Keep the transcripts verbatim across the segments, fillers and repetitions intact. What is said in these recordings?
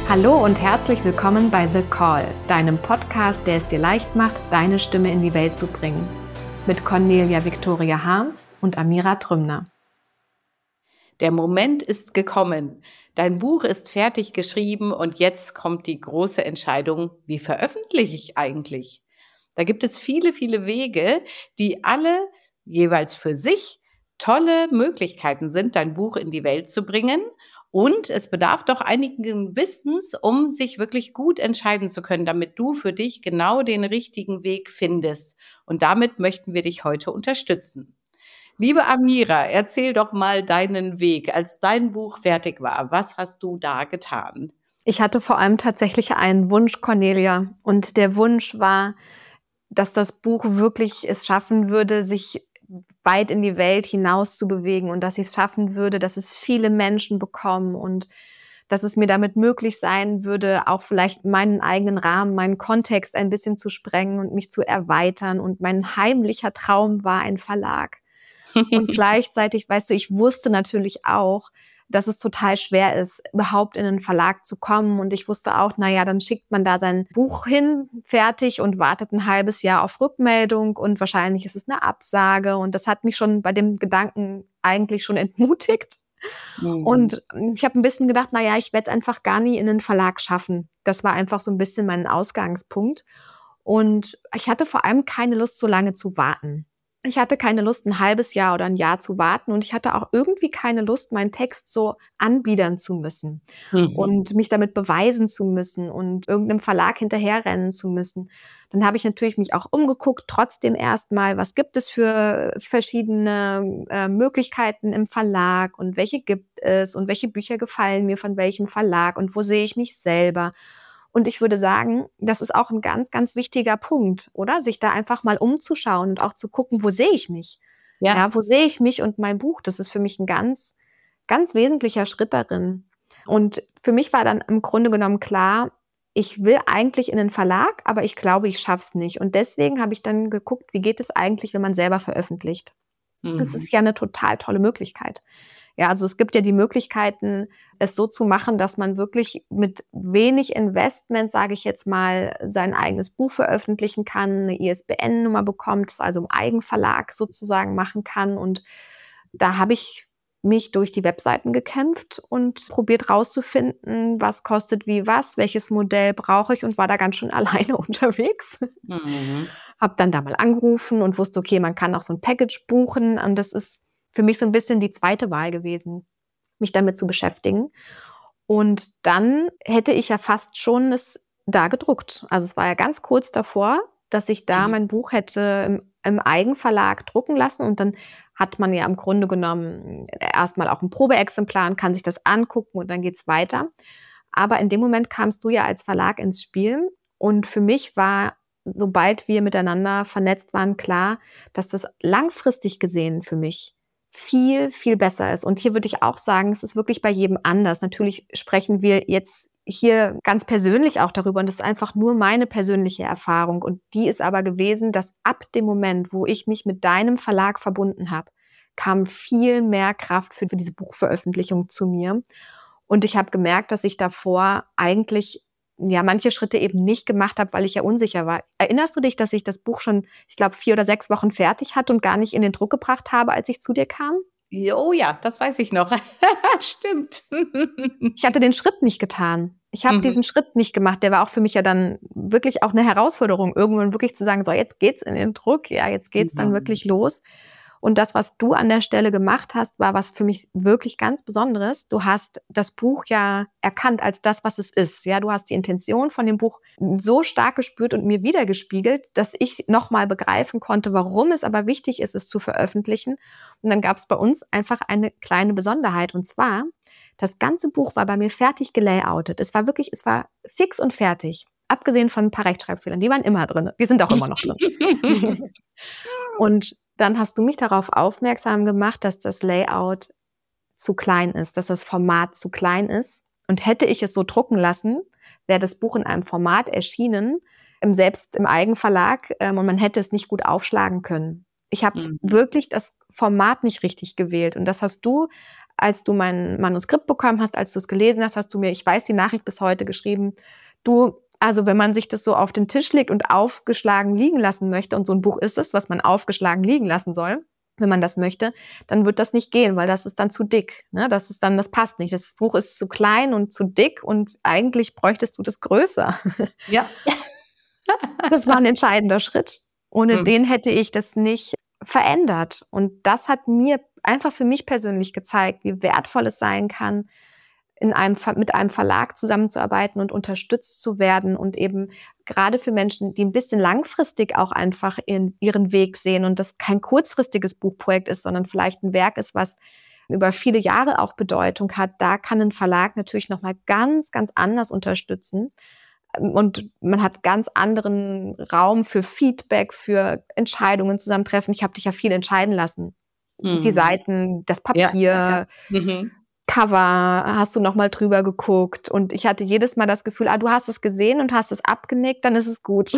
Hallo und herzlich willkommen bei The Call, deinem Podcast, der es dir leicht macht, deine Stimme in die Welt zu bringen. Mit Cornelia Victoria Harms und Amira Trümner. Der Moment ist gekommen. Dein Buch ist fertig geschrieben und jetzt kommt die große Entscheidung, wie veröffentliche ich eigentlich? Da gibt es viele, viele Wege, die alle jeweils für sich tolle Möglichkeiten sind, dein Buch in die Welt zu bringen. Und es bedarf doch einigen Wissens, um sich wirklich gut entscheiden zu können, damit du für dich genau den richtigen Weg findest. Und damit möchten wir dich heute unterstützen. Liebe Amira, erzähl doch mal deinen Weg, als dein Buch fertig war. Was hast du da getan? Ich hatte vor allem tatsächlich einen Wunsch, Cornelia. Und der Wunsch war, dass das Buch wirklich es schaffen würde, sich weit in die Welt hinaus zu bewegen und dass ich es schaffen würde, dass es viele Menschen bekommen und dass es mir damit möglich sein würde, auch vielleicht meinen eigenen Rahmen, meinen Kontext ein bisschen zu sprengen und mich zu erweitern. Und mein heimlicher Traum war ein Verlag. Und gleichzeitig, weißt du, ich wusste natürlich auch, dass es total schwer ist, überhaupt in einen Verlag zu kommen. Und ich wusste auch, naja, dann schickt man da sein Buch hin, fertig und wartet ein halbes Jahr auf Rückmeldung und wahrscheinlich ist es eine Absage. Und das hat mich schon bei dem Gedanken eigentlich schon entmutigt. Mhm. Und ich habe ein bisschen gedacht, naja, ich werde es einfach gar nie in einen Verlag schaffen. Das war einfach so ein bisschen mein Ausgangspunkt. Und ich hatte vor allem keine Lust, so lange zu warten. Ich hatte keine Lust, ein halbes Jahr oder ein Jahr zu warten und ich hatte auch irgendwie keine Lust, meinen Text so anbiedern zu müssen Mhm. und mich damit beweisen zu müssen und irgendeinem Verlag hinterherrennen zu müssen. Dann habe ich natürlich mich auch umgeguckt, trotzdem erstmal, was gibt es für verschiedene äh, Möglichkeiten im Verlag und welche gibt es und welche Bücher gefallen mir von welchem Verlag und wo sehe ich mich selber. Und ich würde sagen, das ist auch ein ganz, ganz wichtiger Punkt, oder? Sich da einfach mal umzuschauen und auch zu gucken, wo sehe ich mich? Ja. Ja, wo sehe ich mich und mein Buch? Das ist für mich ein ganz, ganz wesentlicher Schritt darin. Und für mich war dann im Grunde genommen klar, ich will eigentlich in den Verlag, aber ich glaube, ich schaff's nicht. Und deswegen habe ich dann geguckt, wie geht es eigentlich, wenn man selber veröffentlicht? Das Mhm. ist ja eine total tolle Möglichkeit. Ja, also es gibt ja die Möglichkeiten, es so zu machen, dass man wirklich mit wenig Investment, sage ich jetzt mal, sein eigenes Buch veröffentlichen kann, eine I S B N-Nummer bekommt, es also im Eigenverlag sozusagen machen kann. Und da habe ich mich durch die Webseiten gekämpft und probiert rauszufinden, was kostet wie was, welches Modell brauche ich und war da ganz schön alleine unterwegs. Mhm. Habe dann da mal angerufen und wusste, okay, man kann auch so ein Package buchen und das ist für mich so ein bisschen die zweite Wahl gewesen, mich damit zu beschäftigen. Und dann hätte ich ja fast schon es da gedruckt. Also, es war ja ganz kurz davor, dass ich da Mhm. mein Buch hätte im im Eigenverlag drucken lassen und dann hat man ja im Grunde genommen erst mal auch 'n Probeexemplar und kann sich das angucken und dann geht's weiter. Aber in dem Moment kamst du ja als Verlag ins Spiel und für mich war, sobald wir miteinander vernetzt waren, klar, dass das langfristig gesehen für mich viel, viel besser ist. Und hier würde ich auch sagen, es ist wirklich bei jedem anders. Natürlich sprechen wir jetzt hier ganz persönlich auch darüber und das ist einfach nur meine persönliche Erfahrung. Und die ist aber gewesen, dass ab dem Moment, wo ich mich mit deinem Verlag verbunden habe, kam viel mehr Kraft für, für diese Buchveröffentlichung zu mir. Und ich habe gemerkt, dass ich davor eigentlich ja manche Schritte eben nicht gemacht habe, weil ich ja unsicher war. Erinnerst du dich, dass ich das Buch schon, ich glaube, vier oder sechs Wochen fertig hatte und gar nicht in den Druck gebracht habe, als ich zu dir kam? Oh ja, das weiß ich noch. Stimmt. Ich hatte den Schritt nicht getan. Ich habe Mhm. diesen Schritt nicht gemacht. Der war auch für mich ja dann wirklich auch eine Herausforderung, irgendwann wirklich zu sagen: „So, jetzt geht's in den Druck. Ja, jetzt geht's dann Mhm. wirklich los.“ Und das, was du an der Stelle gemacht hast, war was für mich wirklich ganz Besonderes. Du hast das Buch ja erkannt als das, was es ist. Ja, du hast die Intention von dem Buch so stark gespürt und mir widergespiegelt, dass ich noch mal begreifen konnte, warum es aber wichtig ist, es zu veröffentlichen. Und dann gab es bei uns einfach eine kleine Besonderheit. Und zwar, das ganze Buch war bei mir fertig gelayoutet. Es war wirklich, es war fix und fertig. Abgesehen von ein paar Rechtschreibfehlern. Die waren immer drin. Die sind auch immer noch drin. Und dann hast du mich darauf aufmerksam gemacht, dass das Layout zu klein ist, dass das Format zu klein ist. Und hätte ich es so drucken lassen, wäre das Buch in einem Format erschienen, im, selbst im Eigenverlag, ähm, und man hätte es nicht gut aufschlagen können. Ich habe Mhm. wirklich das Format nicht richtig gewählt. Und das hast du als du mein Manuskript bekommen hast, als du es gelesen hast, hast du mir, ich weiß die Nachricht bis heute, geschrieben, du, also wenn man sich das so auf den Tisch legt und aufgeschlagen liegen lassen möchte, und so ein Buch ist es, was man aufgeschlagen liegen lassen soll, wenn man das möchte, dann wird das nicht gehen, weil das ist dann zu dick. Ne? Das ist dann, das passt nicht. Das Buch ist zu klein und zu dick und eigentlich bräuchtest du das größer. Ja. Das war ein entscheidender Schritt. Ohne Mhm. den hätte ich das nicht verändert. Und das hat mir einfach für mich persönlich gezeigt, wie wertvoll es sein kann, in einem, mit einem Verlag zusammenzuarbeiten und unterstützt zu werden und eben gerade für Menschen, die ein bisschen langfristig auch einfach in ihren Weg sehen und das kein kurzfristiges Buchprojekt ist, sondern vielleicht ein Werk ist, was über viele Jahre auch Bedeutung hat, da kann ein Verlag natürlich nochmal ganz, ganz anders unterstützen. Und man hat ganz anderen Raum für Feedback, für Entscheidungen zusammentreffen. Ich habe dich ja viel entscheiden lassen. Die Mhm. Seiten, das Ja, Papier, ja, ja. Mhm. Cover, hast du noch mal drüber geguckt und ich hatte jedes Mal das Gefühl, ah, du hast es gesehen und hast es abgenickt, dann ist es gut.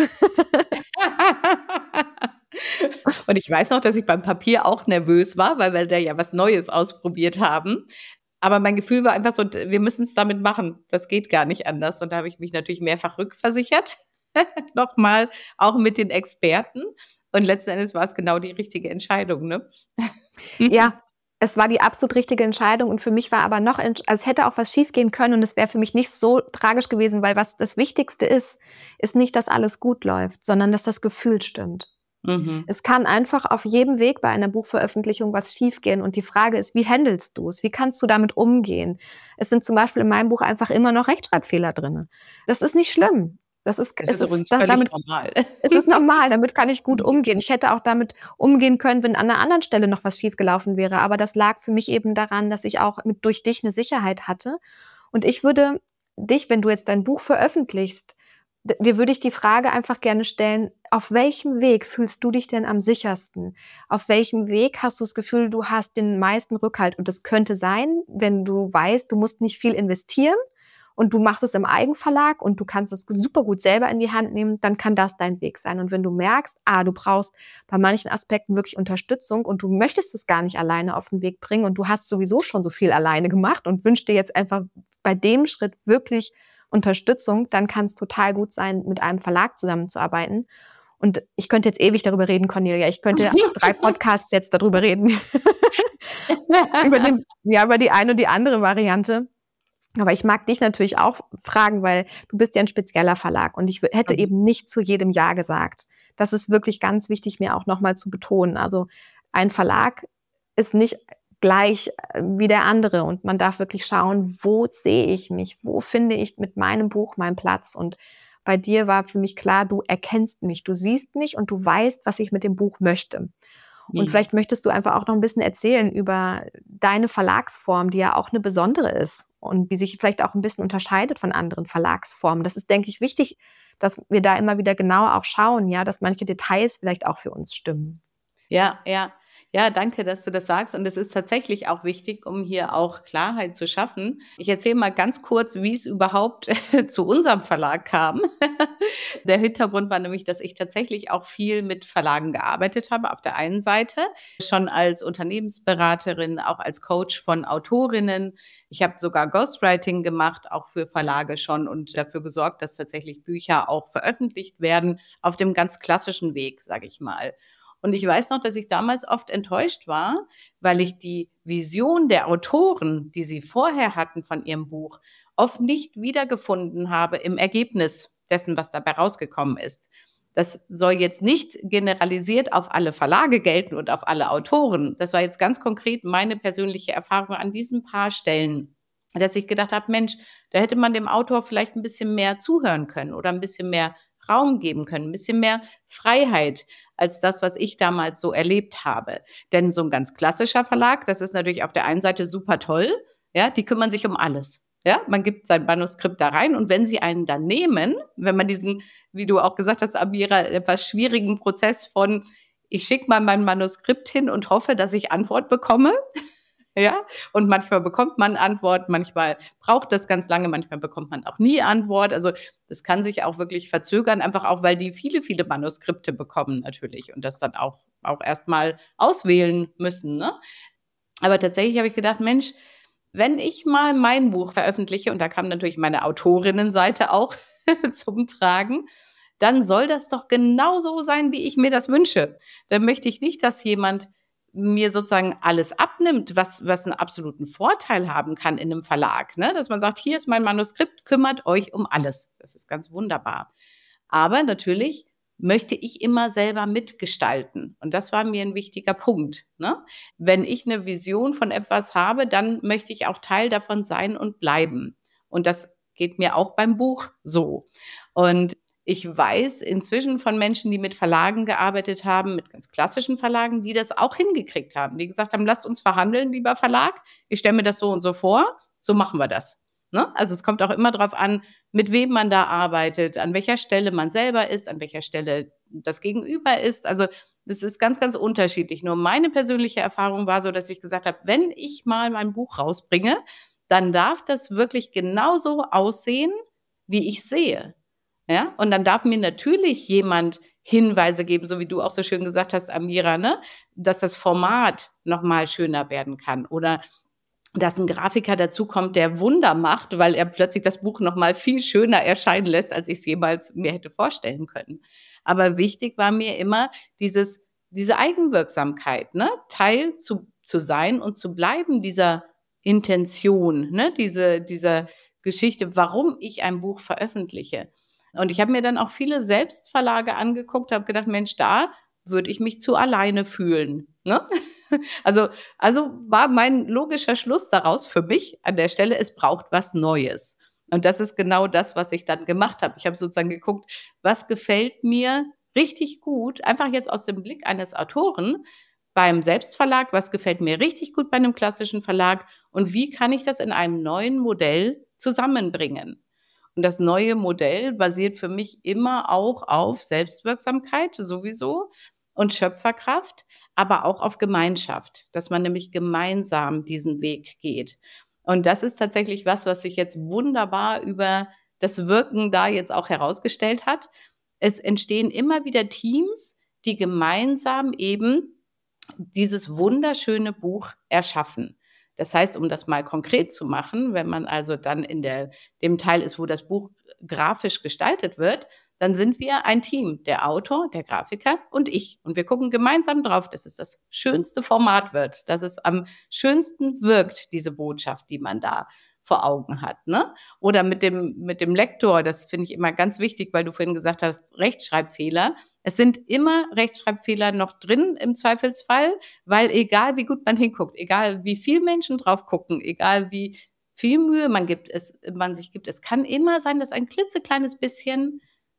Und ich weiß noch, dass ich beim Papier auch nervös war, weil wir da ja was Neues ausprobiert haben. Aber mein Gefühl war einfach so, d wir müssen's damit machen. Das geht gar nicht anders. Und da habe ich mich natürlich mehrfach rückversichert, noch mal, auch mit den Experten. Und letzten Endes war es genau die richtige Entscheidung, ne? Ja, es war die absolut richtige Entscheidung und für mich war aber noch, entsch also es hätte auch was schiefgehen können und es wäre für mich nicht so tragisch gewesen, weil was das Wichtigste ist, ist nicht, dass alles gut läuft, sondern dass das Gefühl stimmt. Mhm. Es kann einfach auf jedem Weg bei einer Buchveröffentlichung was schiefgehen und die Frage ist, wie handelst du es? Wie kannst du damit umgehen? Es sind zum Beispiel in meinem Buch einfach immer noch Rechtschreibfehler drin. Das ist nicht schlimm. Das ist, Das es ist ist, übrigens da- völlig damit normal. es ist normal, damit kann ich gut umgehen. Ich hätte auch damit umgehen können, wenn an einer anderen Stelle noch was schiefgelaufen wäre. Aber das lag für mich eben daran, dass ich auch mit, durch dich eine Sicherheit hatte. Und ich würde dich, wenn du jetzt dein Buch veröffentlichst, d- dir würde ich die Frage einfach gerne stellen, auf welchem Weg fühlst du dich denn am sichersten? Auf welchem Weg hast du das Gefühl, du hast den meisten Rückhalt? Und das könnte sein, wenn du weißt, du musst nicht viel investieren und du machst es im Eigenverlag und du kannst es super gut selber in die Hand nehmen, dann kann das dein Weg sein. Und wenn du merkst, ah, du brauchst bei manchen Aspekten wirklich Unterstützung und du möchtest es gar nicht alleine auf den Weg bringen und du hast sowieso schon so viel alleine gemacht und wünschst dir jetzt einfach bei dem Schritt wirklich Unterstützung, dann kann es total gut sein, mit einem Verlag zusammenzuarbeiten. Und ich könnte jetzt ewig darüber reden, Cornelia. Ich könnte drei Podcasts jetzt darüber reden. über, den, ja, über die eine und die andere Variante. Aber ich mag dich natürlich auch fragen, weil du bist ja ein spezieller Verlag und ich hätte Mhm. eben nicht zu jedem Ja gesagt. Das ist wirklich ganz wichtig, mir auch nochmal zu betonen. Also ein Verlag ist nicht gleich äh, wie der andere und man darf wirklich schauen, wo sehe ich mich, wo finde ich mit meinem Buch meinen Platz. Und bei dir war für mich klar, du erkennst mich, du siehst mich und du weißt, was ich mit dem Buch möchte. Und Mhm. vielleicht möchtest du einfach auch noch ein bisschen erzählen über deine Verlagsform, die ja auch eine besondere ist und die sich vielleicht auch ein bisschen unterscheidet von anderen Verlagsformen. Das ist, denke ich, wichtig, dass wir da immer wieder genauer auch schauen, ja, dass manche Details vielleicht auch für uns stimmen. Ja, ja. Ja, danke, dass du das sagst. Und es ist tatsächlich auch wichtig, um hier auch Klarheit zu schaffen. Ich erzähle mal ganz kurz, wie es überhaupt zu unserem Verlag kam. Der Hintergrund war nämlich, dass ich tatsächlich auch viel mit Verlagen gearbeitet habe. Auf der einen Seite schon als Unternehmensberaterin, auch als Coach von Autorinnen. Ich habe sogar Ghostwriting gemacht, auch für Verlage schon und dafür gesorgt, dass tatsächlich Bücher auch veröffentlicht werden auf dem ganz klassischen Weg, sage ich mal. Und ich weiß noch, dass ich damals oft enttäuscht war, weil ich die Vision der Autoren, die sie vorher hatten von ihrem Buch, oft nicht wiedergefunden habe im Ergebnis dessen, was dabei rausgekommen ist. Das soll jetzt nicht generalisiert auf alle Verlage gelten und auf alle Autoren. Das war jetzt ganz konkret meine persönliche Erfahrung an diesen paar Stellen, dass ich gedacht habe, Mensch, da hätte man dem Autor vielleicht ein bisschen mehr zuhören können oder ein bisschen mehr Raum geben können, ein bisschen mehr Freiheit als das, was ich damals so erlebt habe. Denn so ein ganz klassischer Verlag, das ist natürlich auf der einen Seite super toll, ja, die kümmern sich um alles. Ja, man gibt sein Manuskript da rein und wenn sie einen dann nehmen, wenn man diesen, wie du auch gesagt hast, Amira, etwas schwierigen Prozess von, ich schicke mal mein Manuskript hin und hoffe, dass ich Antwort bekomme, ja, und manchmal bekommt man Antwort, manchmal braucht das ganz lange, manchmal bekommt man auch nie Antwort. Also das kann sich auch wirklich verzögern, einfach auch, weil die viele, viele Manuskripte bekommen natürlich und das dann auch, auch erstmal auswählen müssen, ne? Aber tatsächlich habe ich gedacht, Mensch, wenn ich mal mein Buch veröffentliche, und da kam natürlich meine Autorinnenseite auch zum Tragen, dann soll das doch genauso sein, wie ich mir das wünsche. Dann möchte ich nicht, dass jemand mir sozusagen alles abnimmt, was, was einen absoluten Vorteil haben kann in einem Verlag. Ne? Dass man sagt, hier ist mein Manuskript, kümmert euch um alles. Das ist ganz wunderbar. Aber natürlich möchte ich immer selber mitgestalten. Und das war mir ein wichtiger Punkt. Ne? Wenn ich eine Vision von etwas habe, dann möchte ich auch Teil davon sein und bleiben. Und das geht mir auch beim Buch so. Und ich weiß inzwischen von Menschen, die mit Verlagen gearbeitet haben, mit ganz klassischen Verlagen, die das auch hingekriegt haben, die gesagt haben, lasst uns verhandeln, lieber Verlag. Ich stelle mir das so und so vor, so machen wir das. Ne? Also es kommt auch immer darauf an, mit wem man da arbeitet, an welcher Stelle man selber ist, an welcher Stelle das Gegenüber ist. Also das ist ganz, ganz unterschiedlich. Nur meine persönliche Erfahrung war so, dass ich gesagt habe, wenn ich mal mein Buch rausbringe, dann darf das wirklich genauso aussehen, wie ich sehe. Ja, und dann darf mir natürlich jemand Hinweise geben, so wie du auch so schön gesagt hast, Amira, ne, dass das Format noch mal schöner werden kann oder dass ein Grafiker dazukommt, der Wunder macht, weil er plötzlich das Buch noch mal viel schöner erscheinen lässt, als ich es jemals mir hätte vorstellen können. Aber wichtig war mir immer dieses diese Eigenwirksamkeit, ne, Teil zu zu sein und zu bleiben dieser Intention, ne, diese dieser Geschichte, warum ich ein Buch veröffentliche. Und ich habe mir dann auch viele Selbstverlage angeguckt, habe gedacht, Mensch, da würde ich mich zu alleine fühlen. Ne? Also, also war mein logischer Schluss daraus für mich an der Stelle, es braucht was Neues. Und das ist genau das, was ich dann gemacht habe. Ich habe sozusagen geguckt, was gefällt mir richtig gut, einfach jetzt aus dem Blick eines Autoren beim Selbstverlag, was gefällt mir richtig gut bei einem klassischen Verlag und wie kann ich das in einem neuen Modell zusammenbringen. Und das neue Modell basiert für mich immer auch auf Selbstwirksamkeit sowieso und Schöpferkraft, aber auch auf Gemeinschaft, dass man nämlich gemeinsam diesen Weg geht. Und das ist tatsächlich was, was sich jetzt wunderbar über das Wirken da jetzt auch herausgestellt hat. Es entstehen immer wieder Teams, die gemeinsam eben dieses wunderschöne Buch erschaffen. Das heißt, um das mal konkret zu machen, wenn man also dann in der, dem Teil ist, wo das Buch grafisch gestaltet wird, dann sind wir ein Team, der Autor, der Grafiker und ich. Und wir gucken gemeinsam drauf, dass es das schönste Format wird, dass es am schönsten wirkt, diese Botschaft, die man da vor Augen hat. Ne? Oder mit dem, mit dem Lektor, das finde ich immer ganz wichtig, weil du vorhin gesagt hast, Rechtschreibfehler. Es sind immer Rechtschreibfehler noch drin im Zweifelsfall, weil egal wie gut man hinguckt, egal wie viel Menschen drauf gucken, egal wie viel Mühe man gibt, es, man sich gibt, es kann immer sein, dass ein klitzekleines bisschen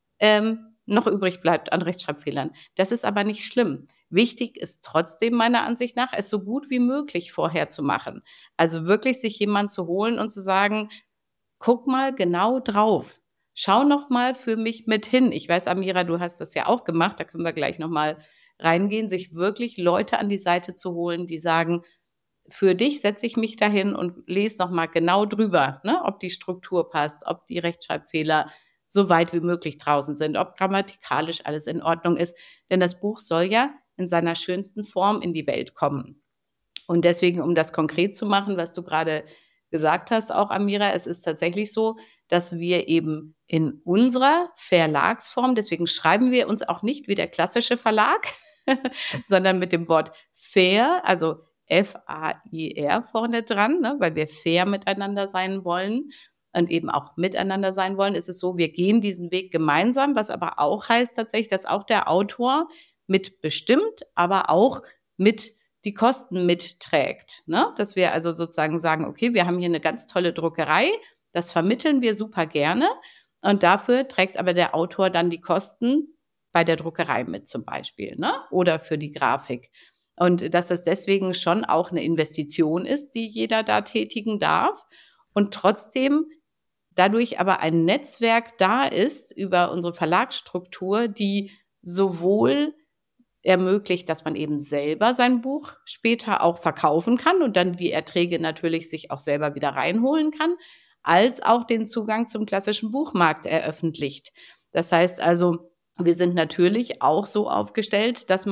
ähm, noch übrig bleibt an Rechtschreibfehlern. Das ist aber nicht schlimm. Wichtig ist trotzdem meiner Ansicht nach, es so gut wie möglich vorher zu machen. Also wirklich sich jemand zu holen und zu sagen, guck mal genau drauf. Schau noch mal für mich mit hin. Ich weiß, Amira, du hast das ja auch gemacht, da können wir gleich noch mal reingehen, sich wirklich Leute an die Seite zu holen, die sagen, für dich setze ich mich dahin und lese noch mal genau drüber, ne, ob die Struktur passt, ob die Rechtschreibfehler so weit wie möglich draußen sind, ob grammatikalisch alles in Ordnung ist. Denn das Buch soll ja in seiner schönsten Form in die Welt kommen. Und deswegen, um das konkret zu machen, was du gerade gesagt hast, auch Amira, es ist tatsächlich so, dass wir eben in unserer Verlagsform, deswegen schreiben wir uns auch nicht wie der klassische Verlag, sondern mit dem Wort fair, also F A I R vorne dran, ne, weil wir fair miteinander sein wollen und eben auch miteinander sein wollen, ist es so, wir gehen diesen Weg gemeinsam, was aber auch heißt tatsächlich, dass auch der Autor mitbestimmt, aber auch mit die Kosten mitträgt, ne? Dass wir also sozusagen sagen, okay, wir haben hier eine ganz tolle Druckerei, das vermitteln wir super gerne und dafür trägt aber der Autor dann die Kosten bei der Druckerei mit zum Beispiel, ne? Oder für die Grafik. Und dass das deswegen schon auch eine Investition ist, die jeder da tätigen darf und trotzdem dadurch aber ein Netzwerk da ist über unsere Verlagsstruktur, die sowohl ermöglicht, dass man eben selber sein Buch später auch verkaufen kann und dann die Erträge natürlich sich auch selber wieder reinholen kann, als auch den Zugang zum klassischen Buchmarkt eröffentlicht. Das heißt also, wir sind natürlich auch so aufgestellt, dass man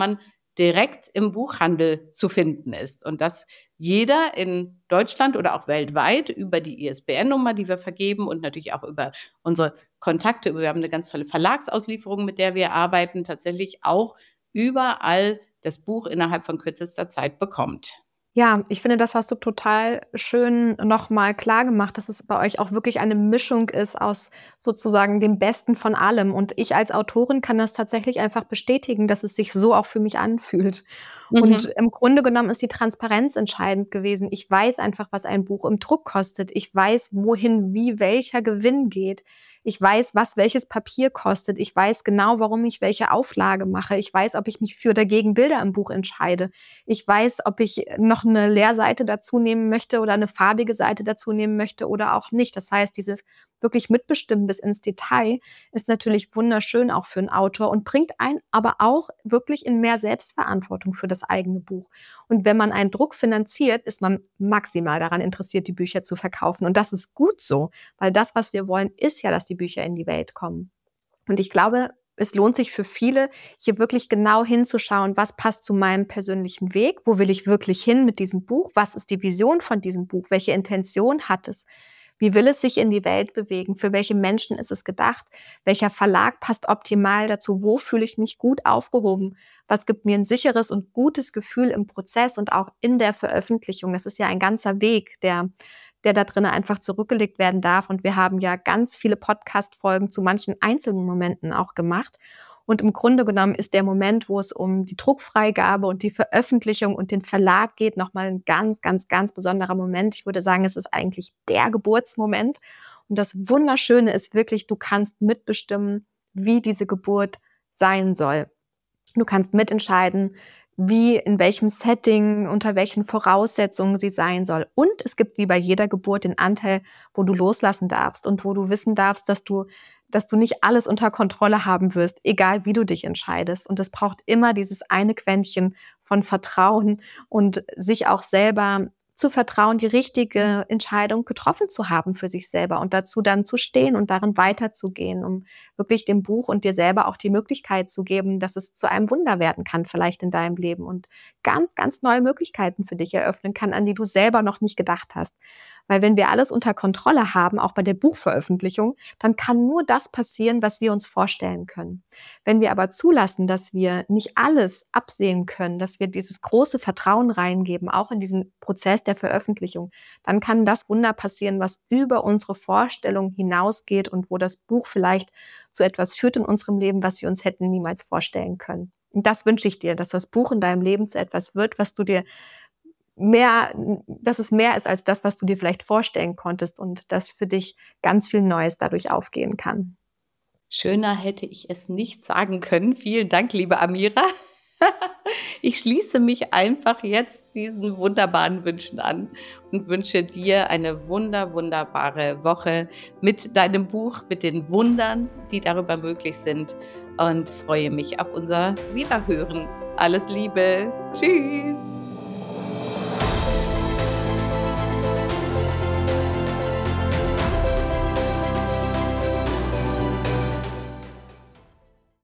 direkt im Buchhandel zu finden ist und dass jeder in Deutschland oder auch weltweit über die I S B N-Nummer, die wir vergeben und natürlich auch über unsere Kontakte, wir haben eine ganz tolle Verlagsauslieferung, mit der wir arbeiten, tatsächlich auch überall das Buch innerhalb von kürzester Zeit bekommt. Ja, ich finde, das hast du total schön noch mal klargemacht, dass es bei euch auch wirklich eine Mischung ist aus sozusagen dem Besten von allem. Und ich als Autorin kann das tatsächlich einfach bestätigen, dass es sich so auch für mich anfühlt. Und Mhm. im Grunde genommen ist die Transparenz entscheidend gewesen. Ich weiß einfach, was ein Buch im Druck kostet. Ich weiß, wohin wie welcher Gewinn geht. Ich weiß, was welches Papier kostet. Ich weiß genau, warum ich welche Auflage mache. Ich weiß, ob ich mich für oder gegen Bilder im Buch entscheide. Ich weiß, ob ich noch eine Leerseite dazu nehmen möchte oder eine farbige Seite dazu nehmen möchte oder auch nicht. Das heißt, dieses wirklich Mitbestimmen bis ins Detail ist natürlich wunderschön auch für einen Autor und bringt einen aber auch wirklich in mehr Selbstverantwortung für das eigene Buch. Und wenn man einen Druck finanziert, ist man maximal daran interessiert, die Bücher zu verkaufen. Und das ist gut so, weil das, was wir wollen, ist ja, dass die Bücher in die Welt kommen. Und ich glaube, es lohnt sich für viele, hier wirklich genau hinzuschauen, was passt zu meinem persönlichen Weg, wo will ich wirklich hin mit diesem Buch, was ist die Vision von diesem Buch, welche Intention hat es, wie will es sich in die Welt bewegen, für welche Menschen ist es gedacht, welcher Verlag passt optimal dazu, wo fühle ich mich gut aufgehoben, was gibt mir ein sicheres und gutes Gefühl im Prozess und auch in der Veröffentlichung. Das ist ja ein ganzer Weg, der der da drinnen einfach zurückgelegt werden darf. Und wir haben ja ganz viele Podcast-Folgen zu manchen einzelnen Momenten auch gemacht. Und im Grunde genommen ist der Moment, wo es um die Druckfreigabe und die Veröffentlichung und den Verlag geht, nochmal ein ganz, ganz, ganz besonderer Moment. Ich würde sagen, es ist eigentlich der Geburtsmoment. Und das Wunderschöne ist wirklich, du kannst mitbestimmen, wie diese Geburt sein soll. Du kannst mitentscheiden, wie, in welchem Setting, unter welchen Voraussetzungen sie sein soll. Und es gibt wie bei jeder Geburt den Anteil, wo du loslassen darfst und wo du wissen darfst, dass du, dass du nicht alles unter Kontrolle haben wirst, egal wie du dich entscheidest. Und es braucht immer dieses eine Quäntchen von Vertrauen und sich auch selber zu vertrauen, die richtige Entscheidung getroffen zu haben für sich selber und dazu dann zu stehen und darin weiterzugehen, um wirklich dem Buch und dir selber auch die Möglichkeit zu geben, dass es zu einem Wunder werden kann, vielleicht in deinem Leben und ganz, ganz neue Möglichkeiten für dich eröffnen kann, an die du selber noch nicht gedacht hast. Weil wenn wir alles unter Kontrolle haben, auch bei der Buchveröffentlichung, dann kann nur das passieren, was wir uns vorstellen können. Wenn wir aber zulassen, dass wir nicht alles absehen können, dass wir dieses große Vertrauen reingeben, auch in diesen Prozess der Veröffentlichung, dann kann das Wunder passieren, was über unsere Vorstellung hinausgeht und wo das Buch vielleicht zu etwas führt in unserem Leben, was wir uns hätten niemals vorstellen können. Und das wünsche ich dir, dass das Buch in deinem Leben zu etwas wird, was du dir mehr, dass es mehr ist als das, was du dir vielleicht vorstellen konntest und dass für dich ganz viel Neues dadurch aufgehen kann. Schöner hätte ich es nicht sagen können. Vielen Dank, liebe Amira. Ich schließe mich einfach jetzt diesen wunderbaren Wünschen an und wünsche dir eine wunder, wunderbare Woche mit deinem Buch, mit den Wundern, die darüber möglich sind und freue mich auf unser Wiederhören. Alles Liebe. Tschüss.